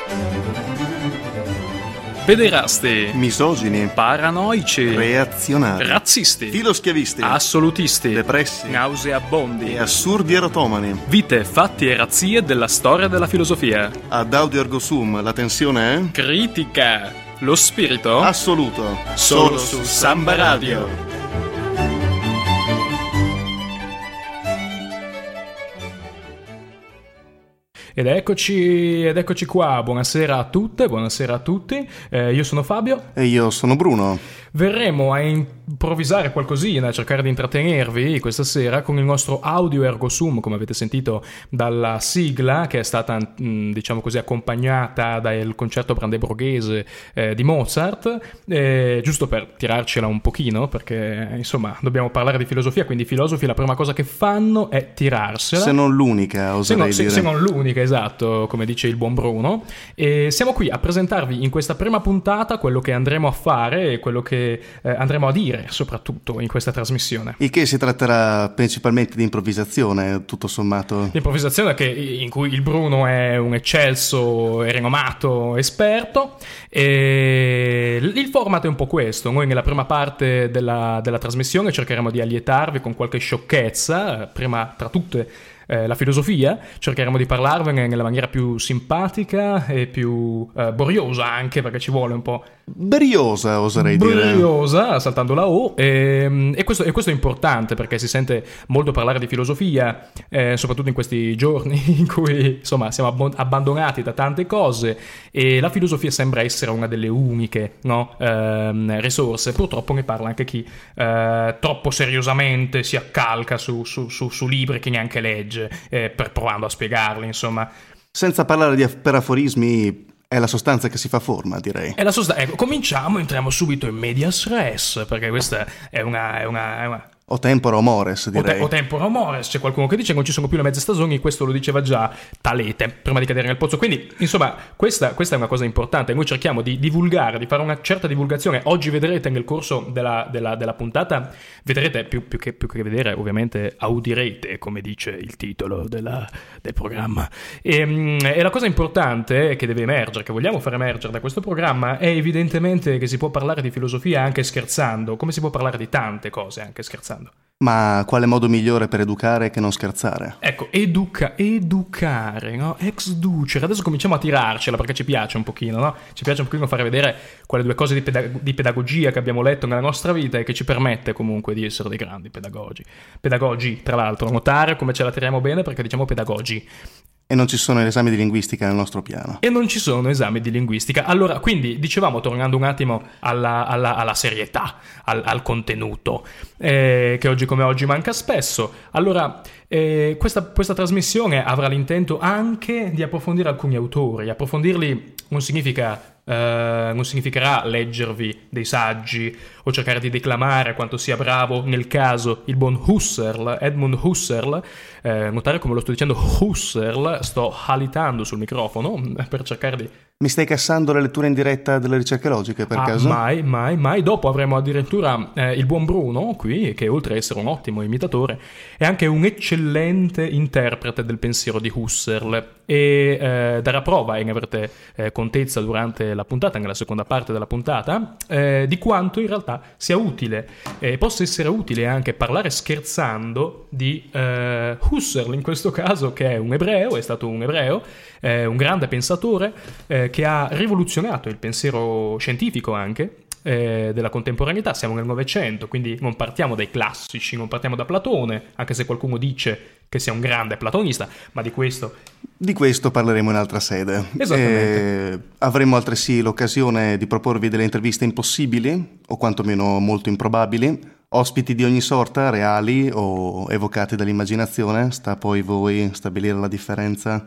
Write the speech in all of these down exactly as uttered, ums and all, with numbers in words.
Pederasti, misogini, paranoici, reazionari, razzisti, filoschiavisti, assolutisti, depressi, nauseabondi e assurdi erotomani. Vite, fatti e razzie della storia della filosofia. Ad Audio Ergo Sum la tensione è Critica, lo spirito assoluto, solo su Samba Radio. Ed eccoci, ed eccoci qua, buonasera a tutte, buonasera a tutti, eh, io sono Fabio. E io sono Bruno. Verremo a improvvisare qualcosina, a cercare di intrattenervi questa sera con il nostro Audio Ergo Sum, come avete sentito dalla sigla, che è stata, diciamo così, accompagnata dal concerto brandeburghese eh, di Mozart, eh, giusto per tirarcela un pochino, perché insomma dobbiamo parlare di filosofia, quindi i filosofi la prima cosa che fanno è tirarsela. Se non l'unica, oserei se no, dire. Se, se non l'unica, esatto, come dice il buon Bruno. E siamo qui a presentarvi in questa prima puntata quello che andremo a fare e quello che eh, andremo a dire soprattutto in questa trasmissione. Il che si tratterà principalmente di improvvisazione, tutto sommato. Improvvisazione che, in cui il Bruno è un eccelso e rinomato esperto, e il format è un po' questo. Noi nella prima parte della, della trasmissione cercheremo di allietarvi con qualche sciocchezza, prima tra tutte Eh, la filosofia, cercheremo di parlarvene nella maniera più simpatica e più eh, boriosa, anche perché ci vuole un po' briosa, oserei dire briosa, saltando la O, e, e, questo, e questo è importante perché si sente molto parlare di filosofia, eh, soprattutto in questi giorni in cui insomma siamo abbon- abbandonati da tante cose e la filosofia sembra essere una delle uniche, no, ehm, risorse. Purtroppo ne parla anche chi eh, troppo seriosamente si accalca su, su, su, su libri che neanche legge, Eh, per provando a spiegarli, insomma. Senza parlare di per aforismi, è la sostanza che si fa forma, direi. È la sostanza. Ecco, cominciamo, entriamo subito in medias res, perché questa è una... È una, è una... O tempora o mores, direi. O, te, o tempora o mores, c'è qualcuno che dice che non ci sono più le mezze stagioni, questo lo diceva già Talete, prima di cadere nel pozzo. Quindi, insomma, questa, questa è una cosa importante. Noi cerchiamo di divulgare, di fare una certa divulgazione. Oggi vedrete nel corso della, della, della puntata, vedrete, più, più, che, più che vedere, ovviamente, audirete, come dice il titolo della, del programma. E, e la cosa importante che deve emergere, che vogliamo far emergere da questo programma, è evidentemente che si può parlare di filosofia anche scherzando, come si può parlare di tante cose anche scherzando. Ma quale modo migliore per educare che non scherzare? Ecco, educa, educare, no? Ex ducere. Adesso cominciamo a tirarcela perché ci piace un pochino, no? Ci piace un pochino fare vedere quelle due cose di, pedag- di pedagogia che abbiamo letto nella nostra vita e che ci permette comunque di essere dei grandi pedagogi. Pedagogi, tra l'altro, notare come ce la tiriamo bene perché diciamo pedagogi. E non ci sono esami di linguistica nel nostro piano. E non ci sono esami di linguistica. Allora, quindi, dicevamo, tornando un attimo alla, alla, alla serietà, al, al contenuto, eh, che oggi come oggi manca spesso. Allora, eh, questa, questa trasmissione avrà l'intento anche di approfondire alcuni autori. Approfondirli non significa... Uh, non significherà leggervi dei saggi o cercare di declamare quanto sia bravo nel caso il buon Husserl, Edmund Husserl. Uh, notare come lo sto dicendo Husserl, sto alitando sul microfono per cercare di... Mi stai cassando le letture in diretta delle ricerche logiche, per ah, caso? Mai, mai, mai. Dopo avremo addirittura eh, il buon Bruno qui, che oltre ad essere un ottimo imitatore è anche un eccellente interprete del pensiero di Husserl e eh, darà prova, e ne avrete eh, contezza durante la puntata, nella seconda parte della puntata, eh, di quanto in realtà sia utile e eh, possa essere utile anche parlare scherzando di eh, Husserl, in questo caso, che è un ebreo, è stato un ebreo, eh, un grande pensatore, eh, che ha rivoluzionato il pensiero scientifico anche eh, della contemporaneità. Siamo nel Novecento, quindi non partiamo dai classici, non partiamo da Platone, anche se qualcuno dice che sia un grande platonista, ma di questo... Di questo parleremo in altra sede. Esattamente. Eh, avremo altresì l'occasione di proporvi delle interviste impossibili, o quantomeno molto improbabili, ospiti di ogni sorta, reali o evocati dall'immaginazione, sta poi voi stabilire la differenza.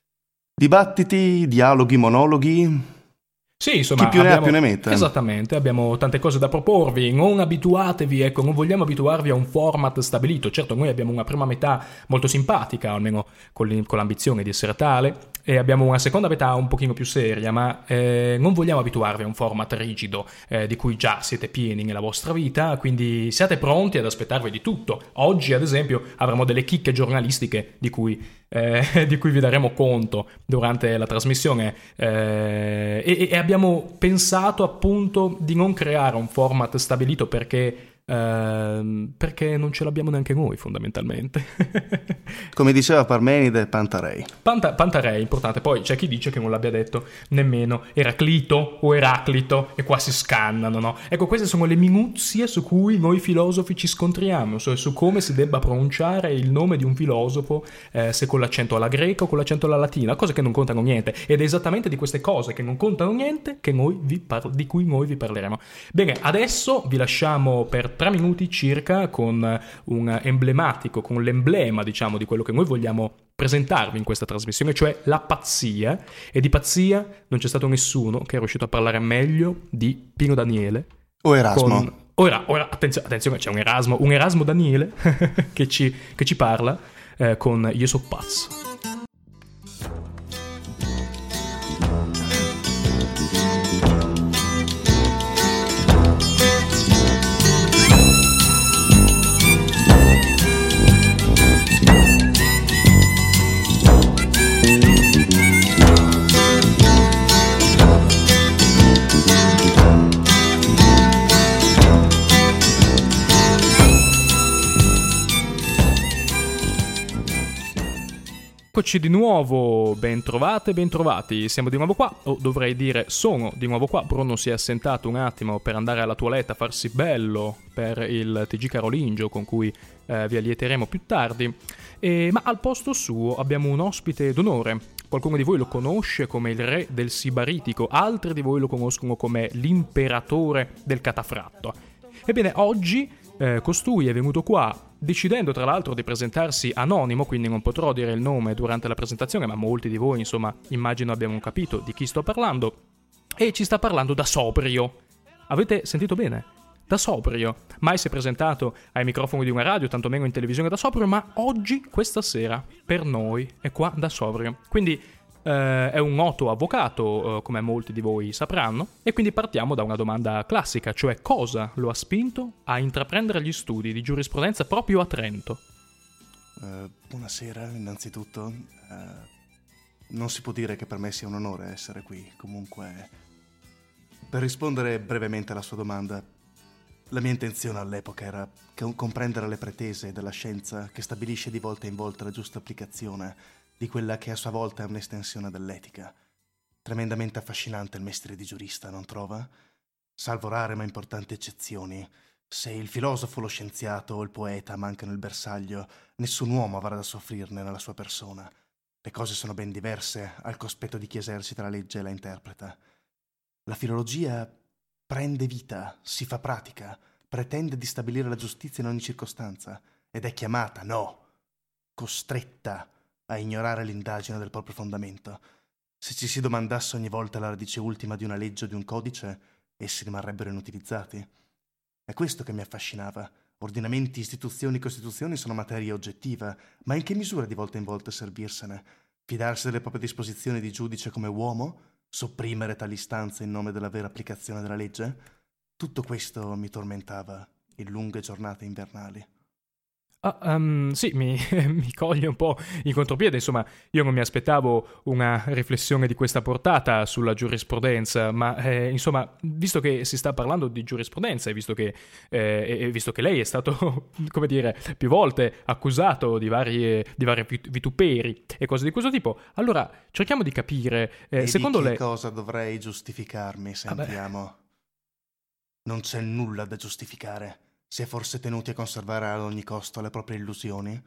Dibattiti, dialoghi, monologhi. Sì, insomma, chi più ne abbiamo, ha più ne metta. Esattamente, abbiamo tante cose da proporvi, non abituatevi, ecco, non vogliamo abituarvi a un format stabilito. Certo, noi abbiamo una prima metà molto simpatica, almeno con l'ambizione di essere tale, e abbiamo una seconda metà un pochino più seria, ma eh, non vogliamo abituarvi a un format rigido eh, di cui già siete pieni nella vostra vita, quindi siate pronti ad aspettarvi di tutto. Oggi, ad esempio, avremo delle chicche giornalistiche di cui, eh, di cui vi daremo conto durante la trasmissione eh, e, e abbiamo pensato appunto di non creare un format stabilito perché Uh, perché non ce l'abbiamo neanche noi fondamentalmente. Come diceva Parmenide, Pantarei. Panta- Pantarei, importante. Poi c'è chi dice che non l'abbia detto nemmeno Eraclito o Eraclito e qua si scannano, no? Ecco, queste sono le minuzie su cui noi filosofi ci scontriamo, cioè su come si debba pronunciare il nome di un filosofo, eh, se con l'accento alla greca o con l'accento alla latina, cose che non contano niente, ed è esattamente di queste cose che non contano niente che noi vi par- di cui noi vi parleremo. Bene, adesso vi lasciamo per tre minuti circa con un emblematico, con l'emblema, diciamo, di quello che noi vogliamo presentarvi in questa trasmissione, cioè la pazzia. E di pazzia non c'è stato nessuno che è riuscito a parlare meglio di Pino Daniele o Erasmo. Con... Ora, ora attenzione, attenzione, c'è un Erasmo, un Erasmo Daniele che, ci, che ci parla eh, con Io so pazzo. Eccoci di nuovo, ben trovate, ben trovati, siamo di nuovo qua, o dovrei dire sono di nuovo qua. Bruno si è assentato un attimo per andare alla toiletta a farsi bello per il T G carolingio con cui eh, vi allieteremo più tardi, e, ma al posto suo abbiamo un ospite d'onore. Qualcuno di voi lo conosce come il re del Sibaritico, altri di voi lo conoscono come l'imperatore del catafratto. Ebbene, oggi eh, costui è venuto qua decidendo tra l'altro di presentarsi anonimo, quindi non potrò dire il nome durante la presentazione, ma molti di voi, insomma, immagino abbiamo capito di chi sto parlando, e ci sta parlando da sobrio. Avete sentito bene? Da sobrio. Mai si è presentato ai microfoni di una radio, tantomeno in televisione da sobrio, ma oggi, questa sera, per noi, è qua da sobrio. Quindi eh, è un noto avvocato, eh, come molti di voi sapranno, e quindi partiamo da una domanda classica, cioè cosa lo ha spinto a intraprendere gli studi di giurisprudenza proprio a Trento? Uh, buonasera, innanzitutto. Uh, non si può dire che per me sia un onore essere qui. Comunque, per rispondere brevemente alla sua domanda, la mia intenzione all'epoca era comprendere le pretese della scienza che stabilisce di volta in volta la giusta applicazione di quella che a sua volta è un'estensione dell'etica. Tremendamente affascinante il mestiere di giurista, non trova? Salvo rare ma importanti eccezioni, se il filosofo, lo scienziato o il poeta mancano il bersaglio, nessun uomo avrà da soffrirne nella sua persona. Le cose sono ben diverse al cospetto di chi esercita la legge e la interpreta. La filologia prende vita, si fa pratica, pretende di stabilire la giustizia in ogni circostanza ed è chiamata, no, costretta a ignorare l'indagine del proprio fondamento. Se ci si domandasse ogni volta la radice ultima di una legge o di un codice, essi rimarrebbero inutilizzati. È questo che mi affascinava. Ordinamenti, istituzioni, costituzioni sono materia oggettiva, ma in che misura di volta in volta servirsene? Fidarsi delle proprie disposizioni di giudice come uomo? Sopprimere tali istanze in nome della vera applicazione della legge? Tutto questo mi tormentava in lunghe giornate invernali. Ah, um, sì, mi, mi coglie un po' in contropiede, insomma, io non mi aspettavo una riflessione di questa portata sulla giurisprudenza, ma eh, insomma, visto che si sta parlando di giurisprudenza e visto che, eh, e visto che lei è stato, come dire, più volte accusato di varie, di vari vituperi e cose di questo tipo, allora cerchiamo di capire, eh, e secondo di che lei... cosa dovrei giustificarmi, sentiamo. Ah non c'è nulla da giustificare. Si è forse tenuti a conservare ad ogni costo le proprie illusioni?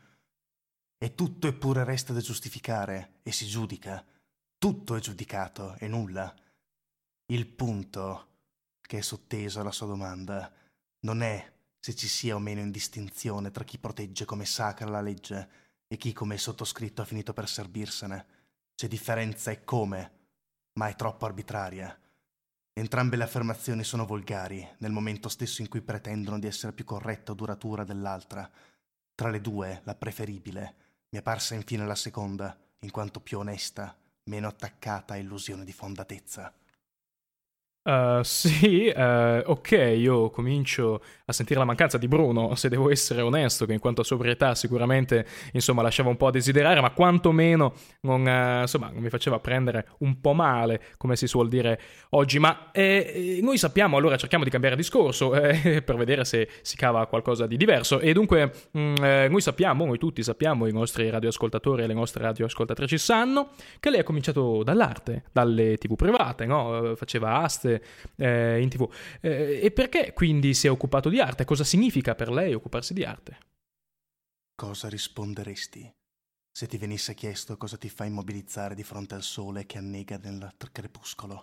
E tutto eppure resta da giustificare e si giudica. Tutto è giudicato e nulla. Il punto che è sotteso alla sua domanda non è se ci sia o meno indistinzione tra chi protegge come sacra la legge e chi come sottoscritto ha finito per servirsene. C'è differenza e come, ma è troppo arbitraria. Entrambe le affermazioni sono volgari nel momento stesso in cui pretendono di essere più corretta o duratura dell'altra. Tra le due, la preferibile mi è parsa infine la seconda, in quanto più onesta, meno attaccata a illusioni di fondatezza. Uh, sì, uh, ok, io comincio a sentire la mancanza di Bruno, se devo essere onesto, che in quanto a sobrietà sicuramente, insomma, lasciava un po' a desiderare, ma quantomeno non, uh, insomma, non mi faceva prendere un po' male, come si suol dire oggi. Ma eh, noi sappiamo, allora cerchiamo di cambiare discorso eh, per vedere se si cava qualcosa di diverso. E dunque, mh, eh, noi sappiamo, noi tutti sappiamo, i nostri radioascoltatori e le nostre radioascoltatrici sanno, che lei ha cominciato dall'arte, dalle tivù private, no? Faceva aste Eh, in tivù. Eh, e perché quindi si è occupato di arte? Cosa significa per lei occuparsi di arte? Cosa risponderesti se ti venisse chiesto cosa ti fa immobilizzare di fronte al sole che annega nel crepuscolo?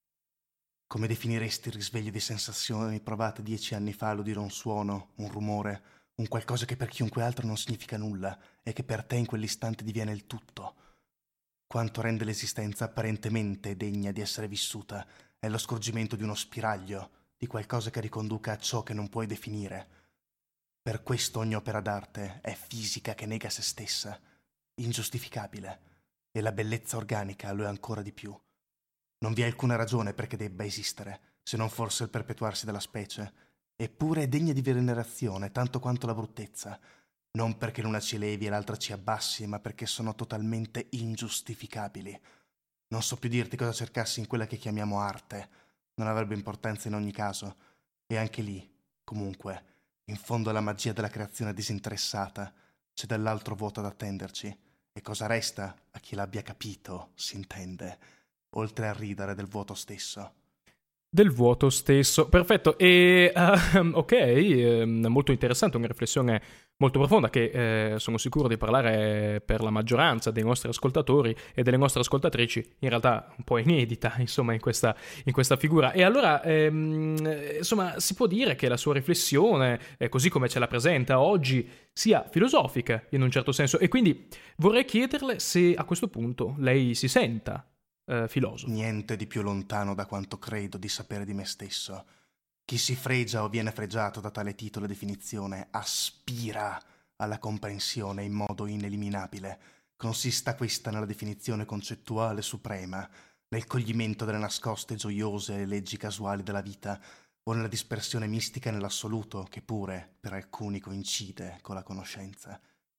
Come definiresti il risveglio di sensazioni provate dieci anni fa all'udire un suono, un rumore, un qualcosa che per chiunque altro non significa nulla e che per te in quell'istante diviene il tutto? Quanto rende l'esistenza apparentemente degna di essere vissuta è lo scorgimento di uno spiraglio, di qualcosa che riconduca a ciò che non puoi definire. Per questo ogni opera d'arte è fisica che nega se stessa, ingiustificabile, e la bellezza organica lo è ancora di più. Non vi è alcuna ragione perché debba esistere, se non forse il perpetuarsi della specie, eppure è degna di venerazione tanto quanto la bruttezza, non perché l'una ci elevi e l'altra ci abbassi, ma perché sono totalmente ingiustificabili. Non so più dirti cosa cercassi in quella che chiamiamo arte. Non avrebbe importanza in ogni caso. E anche lì, comunque, in fondo alla magia della creazione disinteressata, c'è dell'altro vuoto ad attenderci. E cosa resta, a chi l'abbia capito, si intende, oltre a ridere del vuoto stesso? Del vuoto stesso, perfetto. E uh, ok, eh, molto interessante, una riflessione molto profonda che eh, sono sicuro di parlare per la maggioranza dei nostri ascoltatori e delle nostre ascoltatrici, in realtà un po' inedita, insomma, in questa, in questa figura. E allora, ehm, insomma, si può dire che la sua riflessione, eh, così come ce la presenta oggi, sia filosofica in un certo senso. E quindi vorrei chiederle se a questo punto lei si senta Uh, filosofo. Niente di più lontano da quanto credo di sapere di me stesso. Chi si fregia o viene fregiato da tale titolo e definizione aspira alla comprensione in modo ineliminabile. Consista questa nella definizione concettuale suprema, nel coglimento delle nascoste gioiose leggi casuali della vita, o nella dispersione mistica nell'assoluto, che pure per alcuni coincide con la conoscenza.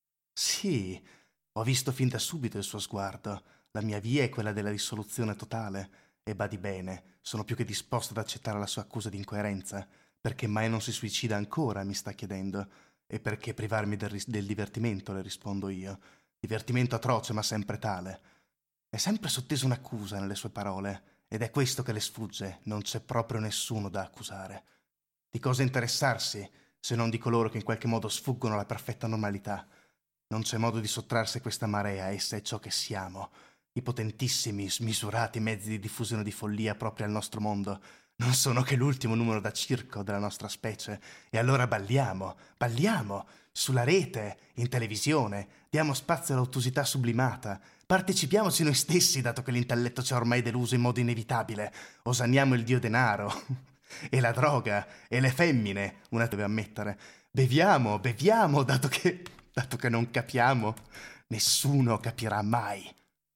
Sì, ho visto fin da subito il suo sguardo. La mia via è quella della dissoluzione totale, e badi bene, sono più che disposto ad accettare la sua accusa di incoerenza, perché mai non si suicida ancora, mi sta chiedendo, e perché privarmi del, ris- del divertimento, le rispondo io. Divertimento atroce, ma sempre tale. È sempre sottesa un'accusa nelle sue parole, ed è questo che le sfugge, non c'è proprio nessuno da accusare. Di cosa interessarsi, se non di coloro che in qualche modo sfuggono alla perfetta normalità? Non c'è modo di sottrarsi a questa marea, essa è ciò che siamo. I potentissimi, smisurati mezzi di diffusione di follia propri al nostro mondo non sono che l'ultimo numero da circo della nostra specie. E allora balliamo, balliamo, sulla rete, in televisione, diamo spazio all'ottusità sublimata, partecipiamoci noi stessi, dato che l'intelletto ci ha ormai deluso in modo inevitabile, osanniamo il dio denaro, e la droga, e le femmine, una deve ammettere. Beviamo, beviamo, dato che, dato che non capiamo, nessuno capirà mai.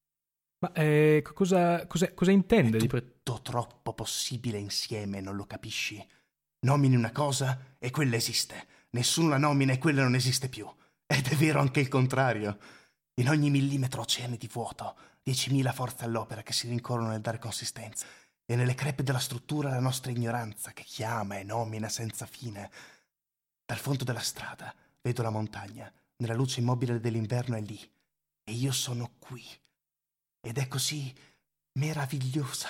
Ma eh, cosa, cosa, cosa intende È di pre- tutto troppo possibile insieme, non lo capisci? Nomini una cosa e quella esiste. Nessuno la nomina e quella non esiste più. Ed è vero anche il contrario. In ogni millimetro oceani di vuoto, diecimila forze all'opera che si rincorrono nel dare consistenza. E nelle crepe della struttura la nostra ignoranza che chiama e nomina senza fine. Dal fondo della strada vedo la montagna. Nella luce immobile dell'inverno è lì. E io sono qui. Ed è così meravigliosa.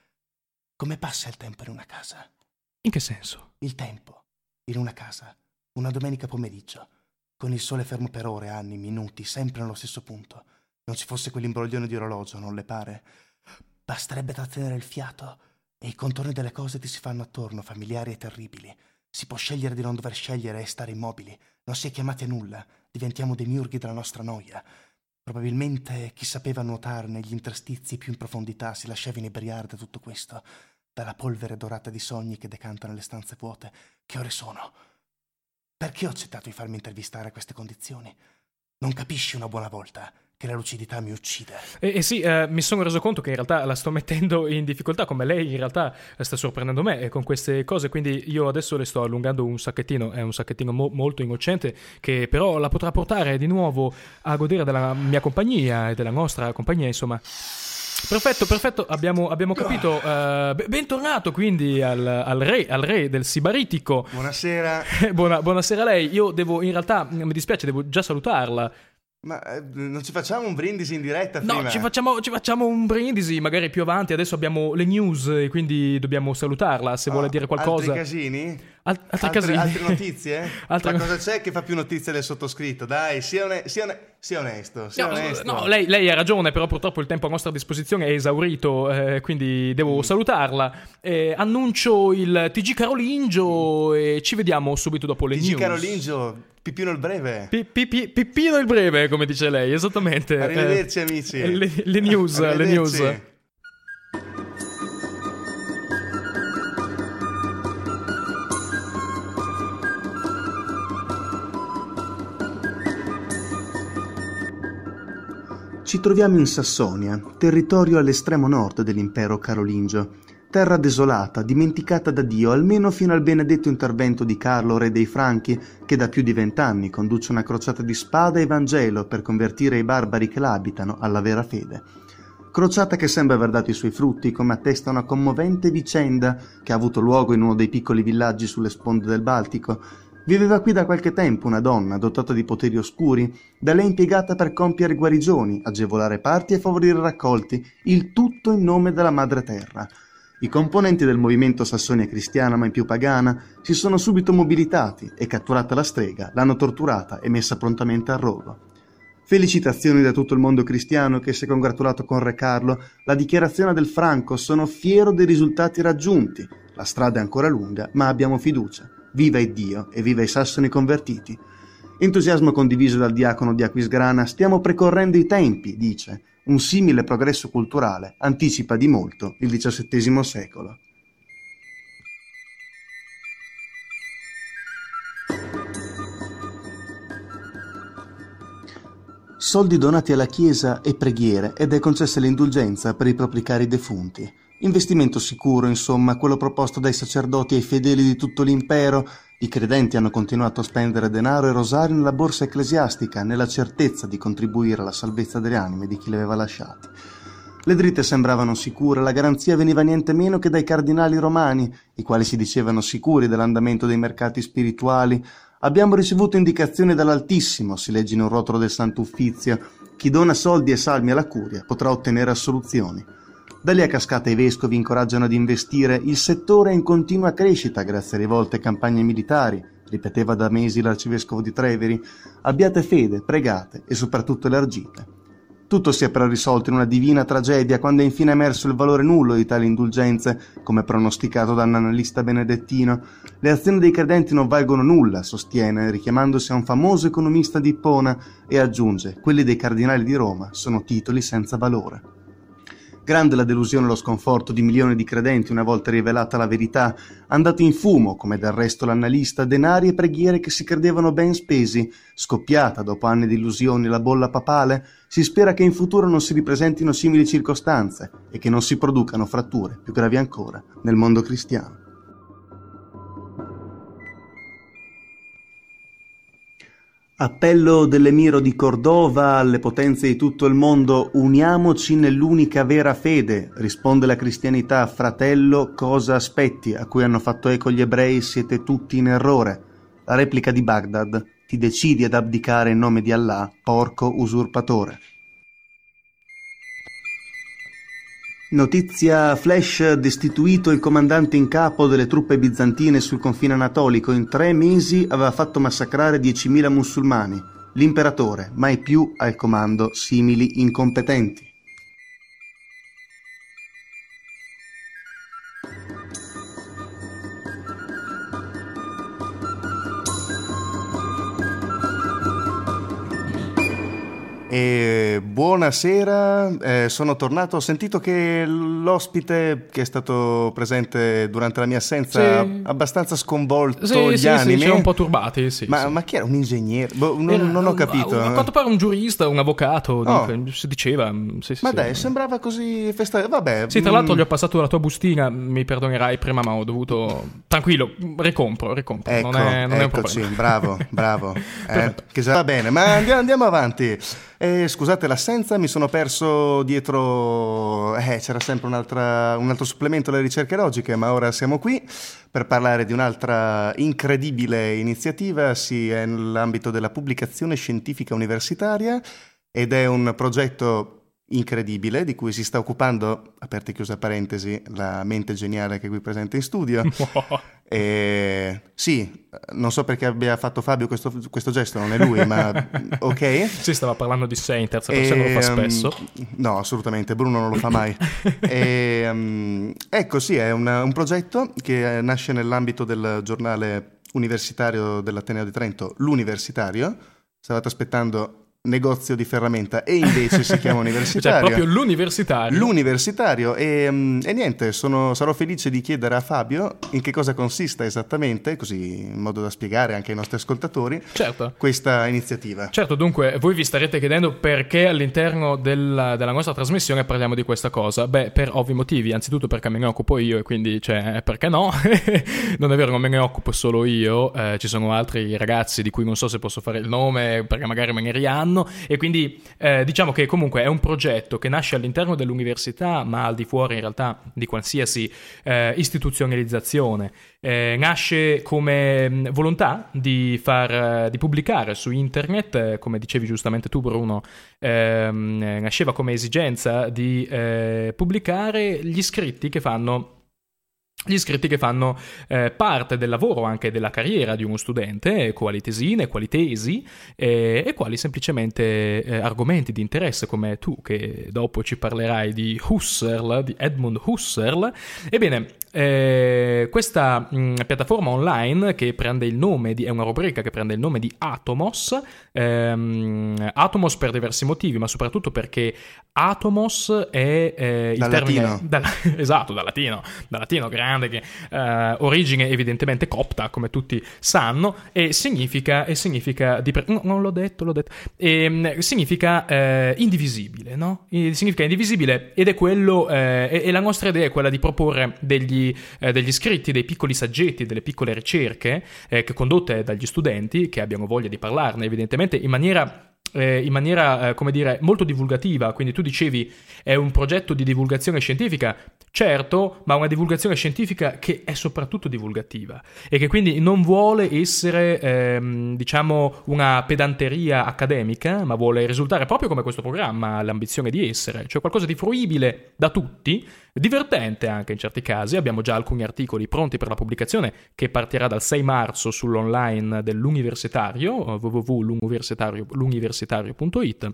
Come passa il tempo in una casa? In che senso? Il tempo, in una casa, una domenica pomeriggio, con il sole fermo per ore, anni, minuti, sempre nello stesso punto. Non ci fosse quell'imbroglione di orologio, non le pare? Basterebbe trattenere il fiato e i contorni delle cose ti si fanno attorno, familiari e terribili. Si può scegliere di non dover scegliere e stare immobili. Non si è chiamati a nulla, diventiamo demiurghi della nostra noia. Probabilmente chi sapeva nuotare negli interstizi più in profondità si lasciava inebriare da tutto questo, dalla polvere dorata di sogni che decanta nelle stanze vuote. Che ore sono? Perché ho accettato di farmi intervistare a queste condizioni? Non capisci una buona volta che la lucidità mi uccide. E, e sì, eh, mi sono reso conto che in realtà la sto mettendo in difficoltà, come lei in realtà sta sorprendendo me con queste cose, quindi io adesso le sto allungando un sacchettino, è un sacchettino mo- molto innocente, che però la potrà portare di nuovo a godere della mia compagnia e della nostra compagnia, insomma. Perfetto, perfetto, abbiamo, abbiamo capito. Uh, bentornato quindi al, al, re, al re del Sibaritico. Buonasera. Buona, buonasera a lei. Io devo, in realtà, mi dispiace, devo già salutarla. Ma eh, non ci facciamo un brindisi in diretta prima? No, ci facciamo, ci facciamo un brindisi, magari più avanti. Adesso abbiamo le news e quindi dobbiamo salutarla, se oh, vuole dire qualcosa. Altri casini? Al- altri altre, casini? Altre notizie? altre... Ma cosa c'è che fa più notizie del sottoscritto? Dai, sia, one- sia, one- sia onesto, sia no, onesto. No, lei, lei ha ragione, però purtroppo il tempo a nostra disposizione è esaurito, eh, quindi devo mm. salutarla. Eh, annuncio il T G Carolingio e ci vediamo subito dopo le T G news. T G Carolingio, Pippino il breve. Pi, pi, pi, Pippino il breve, come dice lei, esattamente. Arrivederci eh, amici. Le, le news, le news. Ci troviamo in Sassonia, territorio all'estremo nord dell'impero carolingio, terra desolata, dimenticata da Dio almeno fino al benedetto intervento di Carlo, re dei Franchi, che da più di vent'anni conduce una crociata di spada e Vangelo per convertire i barbari che l'abitano alla vera fede. Crociata che sembra aver dato i suoi frutti, come attesta una commovente vicenda che ha avuto luogo in uno dei piccoli villaggi sulle sponde del Baltico. Viveva qui da qualche tempo una donna dotata di poteri oscuri, da lei impiegata per compiere guarigioni, agevolare parti e favorire raccolti, il tutto in nome della madre terra. I componenti del movimento Sassonia cristiana, ma in più pagana, si sono subito mobilitati e, catturata la strega, l'hanno torturata e messa prontamente al rogo. Felicitazioni da tutto il mondo cristiano che si è congratulato con Re Carlo, la dichiarazione del Franco, sono fiero dei risultati raggiunti. La strada è ancora lunga, ma abbiamo fiducia. Viva il Dio e viva i sassoni convertiti. Entusiasmo condiviso dal diacono di Aquisgrana, stiamo precorrendo i tempi, dice. Un simile progresso culturale anticipa di molto il diciassettesimo secolo. Soldi donati alla Chiesa e preghiere ed è concessa l'indulgenza per i propri cari defunti. Investimento sicuro, insomma, quello proposto dai sacerdoti ai fedeli di tutto l'impero. I credenti hanno continuato a spendere denaro e rosari nella borsa ecclesiastica, nella certezza di contribuire alla salvezza delle anime di chi le aveva lasciati. Le dritte sembravano sicure, la garanzia veniva niente meno che dai cardinali romani, i quali si dicevano sicuri dell'andamento dei mercati spirituali. Abbiamo ricevuto indicazioni dall'Altissimo, si legge in un rotolo del Santo Uffizio. Chi dona soldi e salmi alla curia potrà ottenere assoluzioni. Da lì a cascata i vescovi incoraggiano ad investire, il settore è in continua crescita grazie a rivolte e campagne militari, ripeteva da mesi l'arcivescovo di Treveri, abbiate fede, pregate e soprattutto elargite. Tutto si è però risolto in una divina tragedia quando è infine emerso il valore nullo di tali indulgenze, come pronosticato da un analista benedettino. Le azioni dei credenti non valgono nulla, sostiene, richiamandosi a un famoso economista di Ippona, e aggiunge, quelli dei cardinali di Roma sono titoli senza valore. Grande la delusione e lo sconforto di milioni di credenti una volta rivelata la verità, andati in fumo, come del resto l'analista, denari e preghiere che si credevano ben spesi, scoppiata dopo anni di illusioni la bolla papale, si spera che in futuro non si ripresentino simili circostanze e che non si producano fratture più gravi ancora nel mondo cristiano. Appello dell'emiro di Cordova alle potenze di tutto il mondo, uniamoci nell'unica vera fede, risponde la cristianità, fratello, cosa aspetti, a cui hanno fatto eco gli ebrei, siete tutti in errore. La replica di Baghdad, ti decidi ad abdicare in nome di Allah, porco usurpatore. Notizia flash, destituito il comandante in capo delle truppe bizantine sul confine anatolico, in tre mesi aveva fatto massacrare diecimila musulmani. L'imperatore, mai più al comando simili incompetenti. E buonasera, eh, sono tornato, ho sentito che l'ospite che è stato presente durante la mia assenza Sì. ha abbastanza sconvolto Sì, gli sì, animi. sì, c'erano un po' turbati, sì. ma, sì. ma chi era? Un ingegnere? Boh, non, Era non ho un- capito. A quanto pare un giurista, un avvocato, Oh. dico, si diceva. Sì, sì, Ma sì. dai, sembrava così festa. Vabbè. Sì, tra l'altro mm, gli ho passato la tua bustina, mi perdonerai prima, ma ho dovuto... Tranquillo, ricompro, ricompro, Ecco, non è, non è un eccoci, problema. bravo, bravo. eh, Perfetto. che sa- va bene, ma andiamo, andiamo avanti. Eh, scusate l'assenza, mi sono perso dietro... Eh, c'era sempre un'altra, un altro supplemento alle ricerche logiche, ma ora siamo qui per parlare di un'altra incredibile iniziativa, sì, è nell'ambito della pubblicazione scientifica universitaria ed è un progetto incredibile di cui si sta occupando, aperta e chiusa parentesi, la mente geniale che è qui presente in studio. E, sì, non so perché abbia fatto Fabio questo, questo gesto, non è lui, ma ok. Si stava parlando di sé in terza persona, lo fa spesso. Um, no, assolutamente, Bruno non lo fa mai. e, um, ecco, sì, è una, un progetto che nasce nell'ambito del giornale universitario dell'Ateneo di Trento, l'Universitario. Stavate aspettando negozio di ferramenta e invece si chiama universitario. Cioè, proprio l'universitario. L'universitario e, um, e niente, sono, sarò felice di chiedere a Fabio in che cosa consista esattamente, così in modo da spiegare anche ai nostri ascoltatori Certo. questa iniziativa. Certo, dunque, voi vi starete chiedendo perché all'interno della, della nostra trasmissione parliamo di questa cosa. Beh, per ovvi motivi, anzitutto perché me ne occupo io e quindi, cioè, perché no? Non è vero, non me ne occupo solo io, eh, ci sono altri ragazzi di cui non so se posso fare il nome perché magari me ne rihanno, e quindi eh, diciamo che comunque è un progetto che nasce all'interno dell'università, ma al di fuori in realtà di qualsiasi eh, istituzionalizzazione. Eh, nasce come mh, volontà di far di pubblicare su internet, eh, come dicevi giustamente tu Bruno, ehm, eh, nasceva come esigenza di eh, pubblicare gli iscritti che fanno gli iscritti che fanno eh, parte del lavoro, anche della carriera di uno studente, quali tesine, quali tesi eh, e quali semplicemente eh, argomenti di interesse, come tu che dopo ci parlerai di Husserl, di Edmund Husserl. Ebbene, eh, questa mh, piattaforma online che prende il nome di, è una rubrica che prende il nome di Atomos, ehm, Atomos per diversi motivi, ma soprattutto perché Atomos è eh, il Dal termine latino. dal, esatto, dal latino, dal latino grande, che eh, origine evidentemente copta, come tutti sanno, e significa e significa di pre- no, non l'ho detto, l'ho detto. E, significa eh, indivisibile, no? E significa indivisibile ed è quello eh, e, e la nostra idea è quella di proporre degli eh, degli scritti, dei piccoli saggetti, delle piccole ricerche eh, che condotte dagli studenti che abbiano voglia di parlarne, evidentemente in maniera Eh, in maniera, eh, come dire, molto divulgativa. Quindi tu dicevi è un progetto di divulgazione scientifica, certo, ma una divulgazione scientifica che è soprattutto divulgativa e che quindi non vuole essere, ehm, diciamo, una pedanteria accademica, ma vuole risultare proprio come questo programma ha l'ambizione di essere, cioè qualcosa di fruibile da tutti, divertente anche in certi casi. Abbiamo già alcuni articoli pronti per la pubblicazione che partirà dal sei marzo sull'online dell'universitario, w w w punto l'universitario punto it.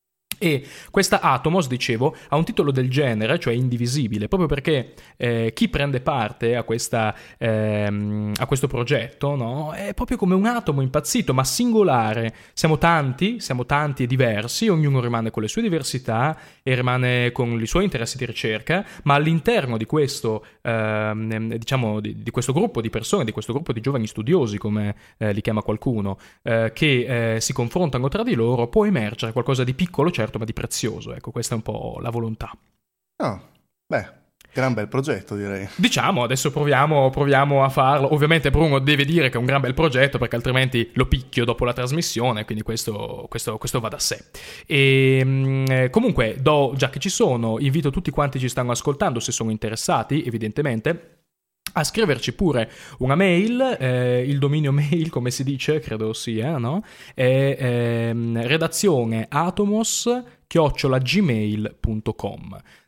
E questa Atomos, dicevo, ha un titolo del genere, cioè indivisibile, proprio perché eh, chi prende parte a, questa, ehm, a questo progetto, no, è proprio come un atomo impazzito, ma singolare. Siamo tanti, siamo tanti e diversi, ognuno rimane con le sue diversità e rimane con i suoi interessi di ricerca, ma all'interno di questo, ehm, diciamo, di, di questo gruppo di persone, di questo gruppo di giovani studiosi, come eh, li chiama qualcuno, eh, che eh, si confrontano tra di loro, può emergere qualcosa di piccolo, certo, ma di prezioso. Ecco, questa è un po' la volontà. Oh, beh, gran bel progetto, direi. Diciamo, adesso proviamo, proviamo a farlo. Ovviamente Bruno deve dire che è un gran bel progetto, perché altrimenti lo picchio dopo la trasmissione, quindi questo, questo, questo va da sé. E mh, comunque, do, già che ci sono, invito tutti quanti ci stanno ascoltando, se sono interessati, evidentemente, a scriverci pure una mail, eh, il dominio mail, come si dice, credo sia, no? È ehm, redazione atomos chiocciola gmail punto com.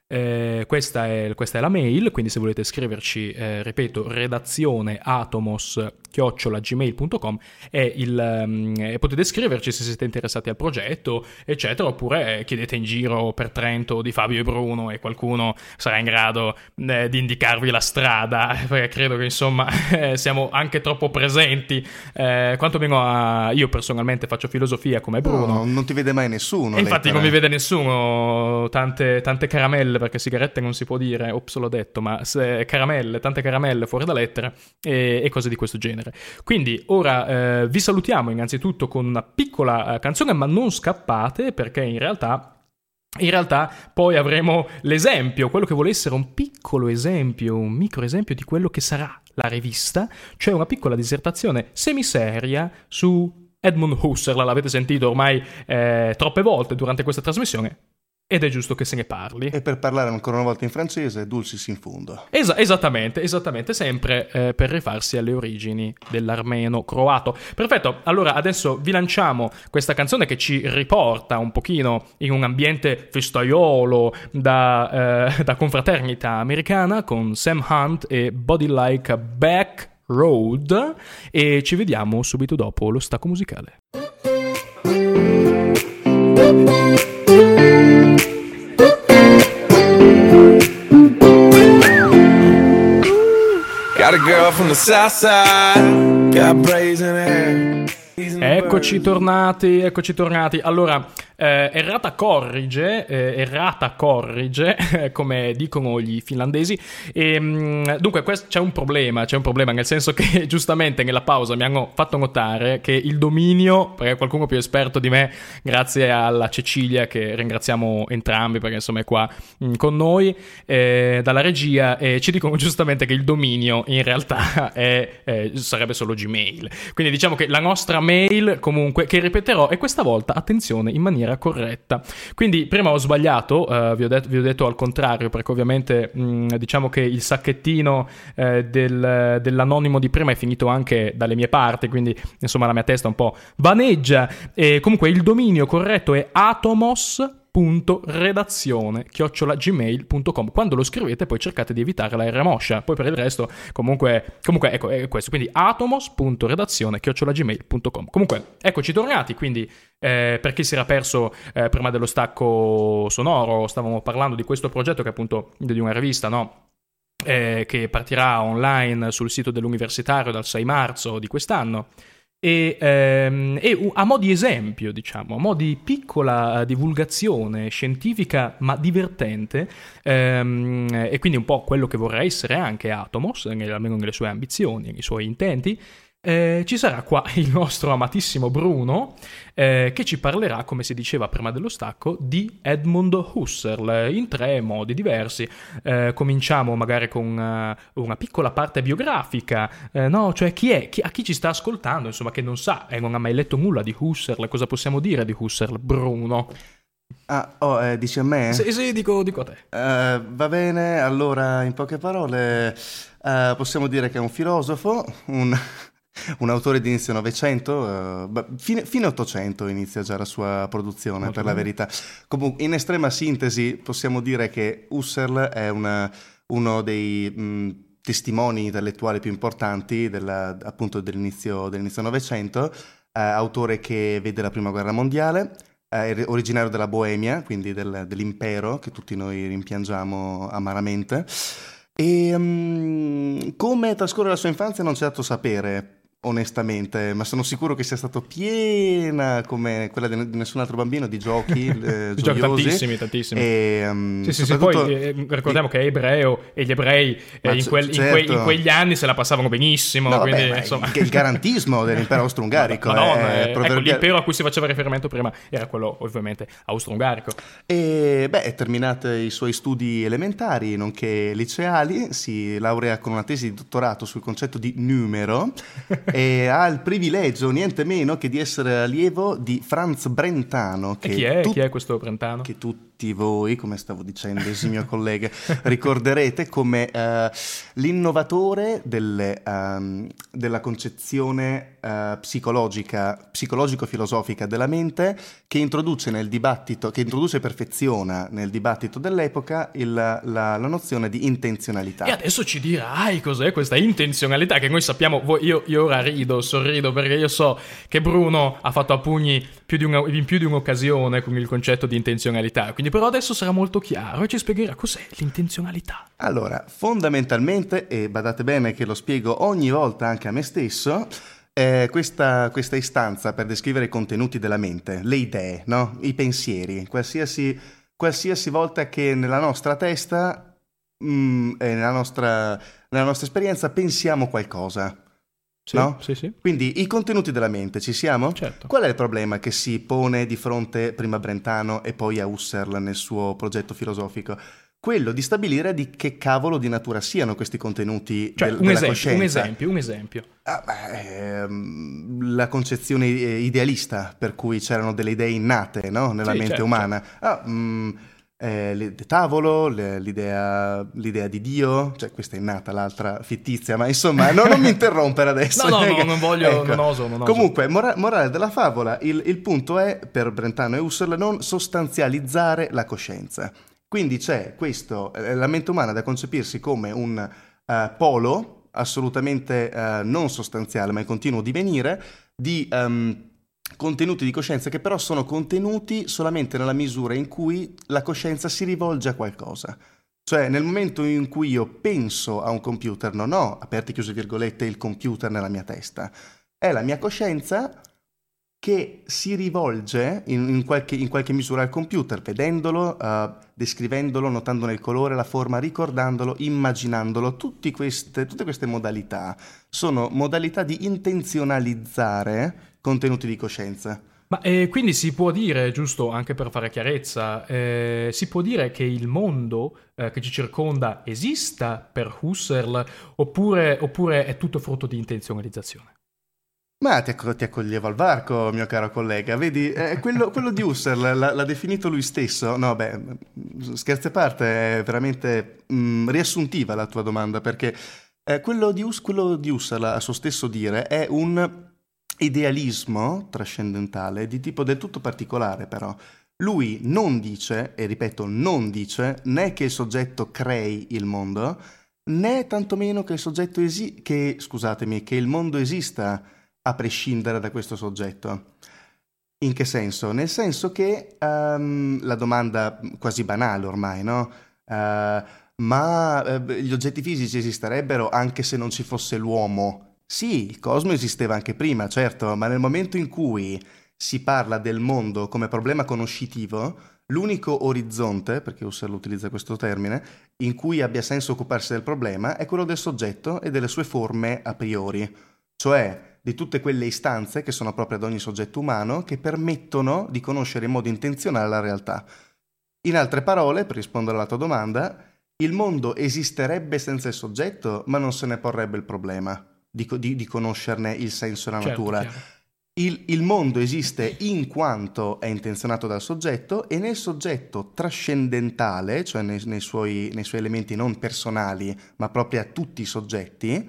Eh, questa, è, questa è la mail, quindi se volete scriverci, eh, ripeto, redazione atomos chiocciola gmail punto com e il, um, e potete scriverci se siete interessati al progetto, eccetera, oppure chiedete in giro per Trento di Fabio e Bruno e qualcuno sarà in grado eh, di indicarvi la strada, perché credo che insomma eh, siamo anche troppo presenti, eh, quantomeno a, io personalmente faccio filosofia come Bruno. No, non ti vede mai nessuno. E infatti non mi vede nessuno, tante, tante caramelle, perché sigarette non si può dire, ops l'ho detto, ma se, caramelle, tante caramelle fuori da lettere e, e cose di questo genere. Quindi ora eh, vi salutiamo innanzitutto con una piccola eh, canzone, ma non scappate, perché in realtà in realtà poi avremo l'esempio, quello che vuole essere un piccolo esempio, un micro esempio di quello che sarà la rivista, cioè una piccola dissertazione semiseria su Edmund Husserl. L'avete sentito ormai eh, troppe volte durante questa trasmissione ed è giusto che se ne parli. E per parlare ancora una volta in francese, dulcis in fundo. Es- esattamente, esattamente, sempre eh, per rifarsi alle origini dell'armeno croato. Perfetto, allora adesso vi lanciamo questa canzone che ci riporta un pochino in un ambiente festaiolo da, eh, da confraternita americana con Sam Hunt e Body Like a Back Road, e ci vediamo subito dopo lo stacco musicale. Got a girl from the south side, got braids in her hair. Eccoci tornati, eccoci tornati. Allora, eh, errata corrige, eh, errata corrige, come dicono gli finlandesi. E, mh, dunque, questo, c'è un problema, c'è un problema, nel senso che giustamente nella pausa mi hanno fatto notare che il dominio, perché qualcuno più esperto di me, grazie alla Cecilia, che ringraziamo entrambi perché insomma è qua mh, con noi, eh, dalla regia, e ci dicono giustamente che il dominio in realtà è, eh, sarebbe solo Gmail. Quindi diciamo che la nostra mail, comunque, che ripeterò, e questa volta, attenzione, in maniera corretta. Quindi prima ho sbagliato, uh, vi, ho det- vi ho detto al contrario, perché ovviamente mh, diciamo che il sacchettino eh, del, dell'anonimo di prima è finito anche dalle mie parti, quindi insomma la mia testa un po' vaneggia. E comunque il dominio corretto è atomos punto redazione chiocciola gmail punto com. Quando lo scrivete poi cercate di evitare la R moscia, poi per il resto comunque comunque ecco è questo, quindi atomos punto redazione chiocciola gmail punto com. Comunque eccoci tornati, quindi eh, per chi si era perso eh, prima dello stacco sonoro, stavamo parlando di questo progetto che è appunto di una rivista, no? Eh, che partirà online sul sito dell'universitario dal sei marzo di quest'anno. E, ehm, e a mo' di esempio, diciamo, a mo' di piccola divulgazione scientifica ma divertente, ehm, e quindi un po' quello che vorrà essere anche Atomos, almeno nelle sue ambizioni, nei suoi intenti, eh, ci sarà qua il nostro amatissimo Bruno, eh, che ci parlerà, come si diceva prima dello stacco, di Edmund Husserl in tre modi diversi. Eh, cominciamo magari con uh, una piccola parte biografica, eh, no? Cioè chi è, chi, a chi ci sta ascoltando, insomma, che non sa e non ha mai letto nulla di Husserl, cosa possiamo dire di Husserl, Bruno? Ah, oh, eh, dici a me? Sì, sì, dico, dico a te. Uh, va bene, allora in poche parole uh, possiamo dire che è un filosofo, un... un autore di inizio Novecento, uh, fine, fine Ottocento inizia già la sua produzione, Molto per bene. La verità. Comunque, in estrema sintesi, possiamo dire che Husserl è una, uno dei mh, testimoni intellettuali più importanti della, appunto dell'inizio, dell'inizio Novecento, uh, autore che vede la Prima Guerra Mondiale, uh, è originario della Boemia, quindi del, dell'impero che tutti noi rimpiangiamo amaramente. E um, come trascorre la sua infanzia non c'è dato sapere, onestamente, ma sono sicuro che sia stato piena come quella di nessun altro bambino di giochi eh, giochi tantissimi, tantissimi. E, um, sì, sì, sì, poi eh, ricordiamo di... che è ebreo e gli ebrei eh, in, quel, certo. in, que, in quegli anni se la passavano benissimo. No, quindi, vabbè, insomma... il garantismo dell'impero austro-ungarico. Madonna, è eh, ecco, l'impero a cui si faceva riferimento prima era quello ovviamente austro-ungarico. E beh, terminati i suoi studi elementari nonché liceali, si laurea con una tesi di dottorato sul concetto di numero e ha il privilegio niente meno che di essere allievo di Franz Brentano. Che e chi è? Tu- chi è questo Brentano? Che tutti tutti voi, come stavo dicendo, esimio colleghe, ricorderete come uh, l'innovatore delle, um, della concezione uh, psicologica, psicologico-filosofica della mente, che introduce nel dibattito, che introduce e perfeziona nel dibattito dell'epoca il, la, la nozione di intenzionalità. E adesso ci dirai cos'è questa intenzionalità, che noi sappiamo, voi, io, io ora rido, sorrido, perché io so che Bruno ha fatto a pugni più di una, in più di un'occasione con il concetto di intenzionalità, quindi però adesso sarà molto chiaro e ci spiegherà cos'è l'intenzionalità. Allora, fondamentalmente, e badate bene che lo spiego ogni volta anche a me stesso, eh, questa, questa istanza per descrivere i contenuti della mente, le idee, no? I pensieri, qualsiasi, qualsiasi volta che nella nostra testa mh, e nella nostra, nella nostra esperienza pensiamo qualcosa. Sì, no? sì, sì. Quindi i contenuti della mente, ci siamo? Certo. Qual è il problema che si pone di fronte prima a Brentano e poi a Husserl nel suo progetto filosofico? Quello di stabilire di che cavolo di natura siano questi contenuti, cioè, del, un della esempio, coscienza. un esempio, un esempio. Ah, beh, ehm, la concezione idealista, per cui c'erano delle idee innate, no? Nella Sì, mente certo, umana. Ah, mh, eh, il tavolo, le- l'idea, l'idea di Dio, cioè questa è innata, l'altra fittizia, ma insomma, no, non mi interrompere adesso. No, no, no, non voglio, Ecco. non oso, non oso. Comunque, mora- morale della favola, il, il punto è, per Brentano e Husserl, non sostanzializzare la coscienza. Quindi c'è questo, eh, la mente umana da concepirsi come un eh, polo assolutamente eh, non sostanziale, ma in continuo divenire, di ehm, contenuti di coscienza che però sono contenuti solamente nella misura in cui la coscienza si rivolge a qualcosa. Cioè, nel momento in cui io penso a un computer, non ho, aperte e chiuse virgolette, il computer nella mia testa. È la mia coscienza che si rivolge in, in, qualche, in qualche misura al computer, vedendolo, uh, descrivendolo, notandone il colore, la forma, ricordandolo, immaginandolo. Tutti queste, tutte queste modalità sono modalità di intenzionalizzare contenuti di coscienza. Ma eh, quindi si può dire, giusto anche per fare chiarezza, eh, si può dire che il mondo eh, che ci circonda esista per Husserl oppure, oppure è tutto frutto di intenzionalizzazione? Ma ti, acc- ti accoglievo al varco, mio caro collega. Vedi, eh, quello, quello di Husserl l'ha, l'ha definito lui stesso. No, beh, scherzi a parte, è veramente mh, riassuntiva la tua domanda, perché eh, quello, di Hus- quello di Husserl, a suo stesso dire, è un idealismo trascendentale di tipo del tutto particolare, però. Lui non dice, e ripeto, non dice, né che il soggetto crei il mondo, né tantomeno che il soggetto esi- che, scusatemi, che il mondo esista a prescindere da questo soggetto. In che senso? Nel senso che um, la domanda quasi banale ormai, no? Uh, ma uh, gli oggetti fisici esisterebbero anche se non ci fosse l'uomo? Sì, il cosmo esisteva anche prima, certo, ma nel momento in cui si parla del mondo come problema conoscitivo, l'unico orizzonte, perché Husserl utilizza questo termine, in cui abbia senso occuparsi del problema è quello del soggetto e delle sue forme a priori, cioè di tutte quelle istanze che sono proprie ad ogni soggetto umano che permettono di conoscere in modo intenzionale la realtà. In altre parole, per rispondere alla tua domanda, il mondo esisterebbe senza il soggetto, ma non se ne porrebbe il problema di, di, di conoscerne il senso e la Certo, natura. Il, il mondo esiste in quanto è intenzionato dal soggetto e nel soggetto trascendentale, cioè nei, nei, suoi, nei suoi elementi non personali, ma proprio a tutti i soggetti,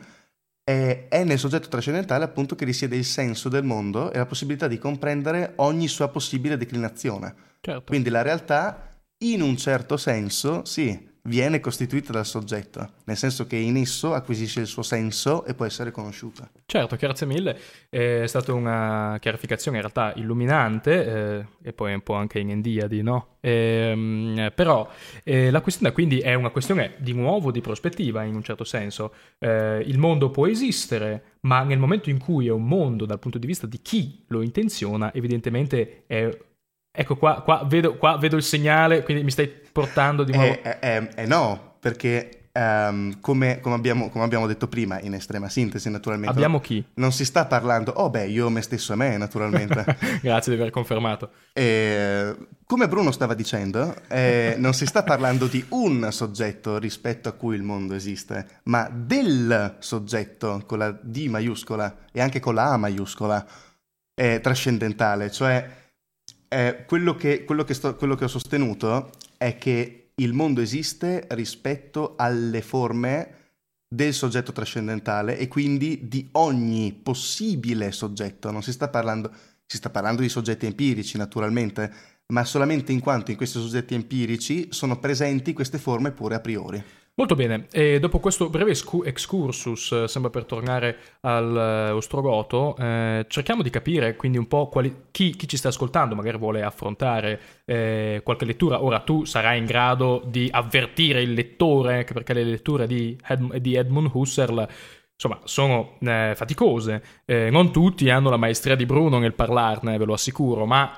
è, è nel soggetto trascendentale appunto che risiede il senso del mondo e la possibilità di comprendere ogni sua possibile declinazione. Certo. Quindi la realtà, in un certo senso, sì, viene costituita dal soggetto, nel senso che in esso acquisisce il suo senso e può essere conosciuta. Certo, grazie mille, è stata una chiarificazione in realtà illuminante eh, e poi un po' anche in endiadi, no? Ehm, però eh, la questione quindi è una questione di nuovo di prospettiva in un certo senso. Eh, il mondo può esistere, ma nel momento in cui è un mondo dal punto di vista di chi lo intenziona, evidentemente è... Ecco qua, qua, vedo, qua vedo il segnale, quindi mi stai portando di nuovo... Eh, eh, eh, no, perché um, come, come, abbiamo, come abbiamo detto prima, in estrema sintesi naturalmente... Abbiamo chi? Non si sta parlando... Oh beh, io me stesso e me, naturalmente. Grazie di aver confermato. Eh, come Bruno stava dicendo, eh, non si sta parlando di un soggetto rispetto a cui il mondo esiste, ma del soggetto con la D maiuscola e anche con la A maiuscola, eh, trascendentale, cioè... Eh, quello, che, quello, che sto, quello che ho sostenuto è che il mondo esiste rispetto alle forme del soggetto trascendentale e quindi di ogni possibile soggetto. Non si sta parlando, si sta parlando di soggetti empirici naturalmente, ma solamente in quanto in questi soggetti empirici sono presenti queste forme pure a priori. Molto bene, e dopo questo breve scu- excursus, eh, sempre per tornare al eh, Ostrogoto, eh, cerchiamo di capire quindi un po' quali, chi, chi ci sta ascoltando magari vuole affrontare eh, qualche lettura. Ora tu sarai in grado di avvertire il lettore, che perché le letture di, Ed- di Edmund Husserl insomma sono eh, faticose, eh, non tutti hanno la maestria di Bruno nel parlarne, ve lo assicuro, ma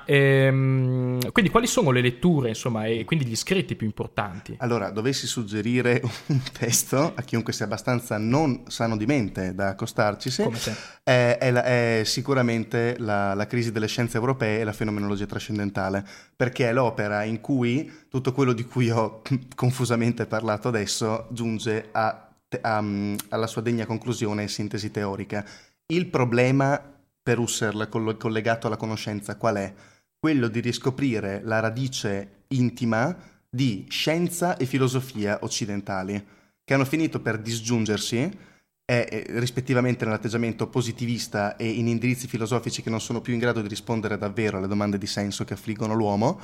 ehm, quindi quali sono le letture insomma e quindi gli scritti più importanti? Allora, dovessi suggerire un testo a chiunque sia abbastanza non sano di mente da accostarci, Come se? È, è, la, è sicuramente la, la crisi delle scienze europee e la fenomenologia trascendentale, perché è l'opera in cui tutto quello di cui ho confusamente parlato adesso giunge a Um, alla sua degna conclusione e sintesi teorica. Il problema per Husserl coll- collegato alla conoscenza qual è? Quello di riscoprire la radice intima di scienza e filosofia occidentali, che hanno finito per disgiungersi e, e, rispettivamente nell'atteggiamento positivista e in indirizzi filosofici che non sono più in grado di rispondere davvero alle domande di senso che affliggono l'uomo.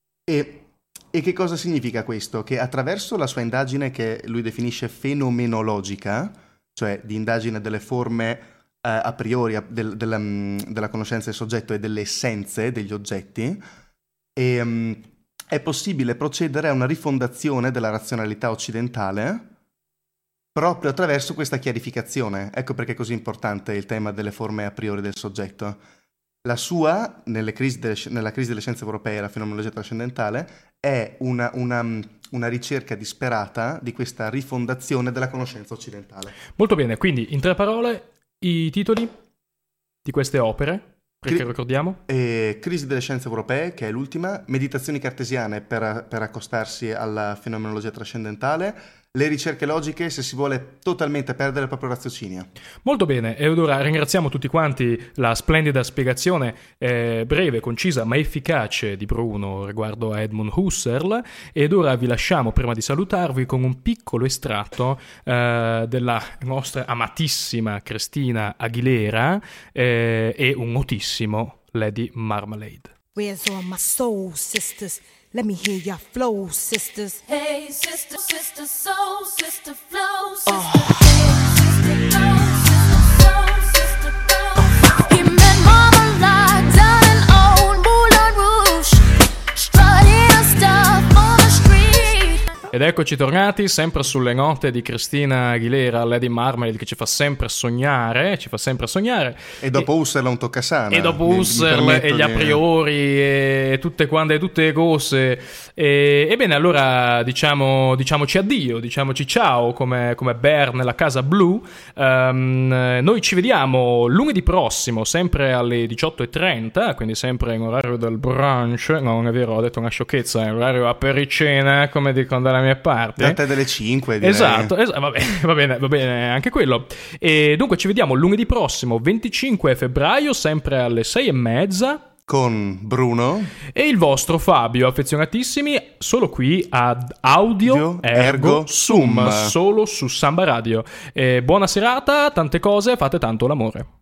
E E che cosa significa questo? Che attraverso la sua indagine che lui definisce fenomenologica, cioè di indagine delle forme eh, a priori del, della, della conoscenza del soggetto e delle essenze degli oggetti, e, um, è possibile procedere a una rifondazione della razionalità occidentale proprio attraverso questa chiarificazione. Ecco perché è così importante il tema delle forme a priori del soggetto. La sua, nelle crisi delle, nella crisi delle scienze europee, la fenomenologia trascendentale, è una, una, una ricerca disperata di questa rifondazione della conoscenza occidentale. Molto bene, quindi in tre parole i titoli di queste opere, perché Cri- ricordiamo? Eh, crisi delle scienze europee, che è l'ultima, meditazioni cartesiane per, per accostarsi alla fenomenologia trascendentale, le ricerche logiche se si vuole totalmente perdere il proprio raziocinio. Molto bene, e ora ringraziamo tutti quanti la splendida spiegazione eh, breve, concisa ma efficace di Bruno riguardo a Edmund Husserl, ed ora vi lasciamo prima di salutarvi con un piccolo estratto eh, della nostra amatissima Christina Aguilera eh, e un notissimo Lady Marmalade. Where's all my soul sisters? Let me hear your flow, sisters. Hey, sister, sister, soul, sister, flow, sister. Oh. Hey, sister, flow, sister, soul, sister, flow. He met Marmalade down in old Moulin Rouge, strutting stuff on the street. Ed eccoci tornati, sempre sulle note di Christina Aguilera, Lady Marmalade, che ci fa sempre sognare, ci fa sempre sognare. E dopo e, Husserl è un toccasana. E dopo mi, Husserl mi e gli a priori e tutte quante, tutte le cose. E, ebbene, allora diciamo, diciamoci addio, diciamoci ciao, come, come Bear nella casa blu. Um, noi ci vediamo lunedì prossimo, sempre alle diciotto e trenta, quindi sempre in orario del brunch. No, non è vero, ho detto una sciocchezza, è orario a pericena, come dicono dalla mia parte. Da te delle cinque, direi. Esatto, es- va bene, va bene, va bene anche quello. E dunque ci vediamo lunedì prossimo, venticinque febbraio, sempre alle sei e mezza. Con Bruno e il vostro Fabio, affezionatissimi, solo qui ad Audio Dio, Ergo, Ergo Sum, Sum, solo su Samba Radio. E buona serata, tante cose, fate tanto l'amore.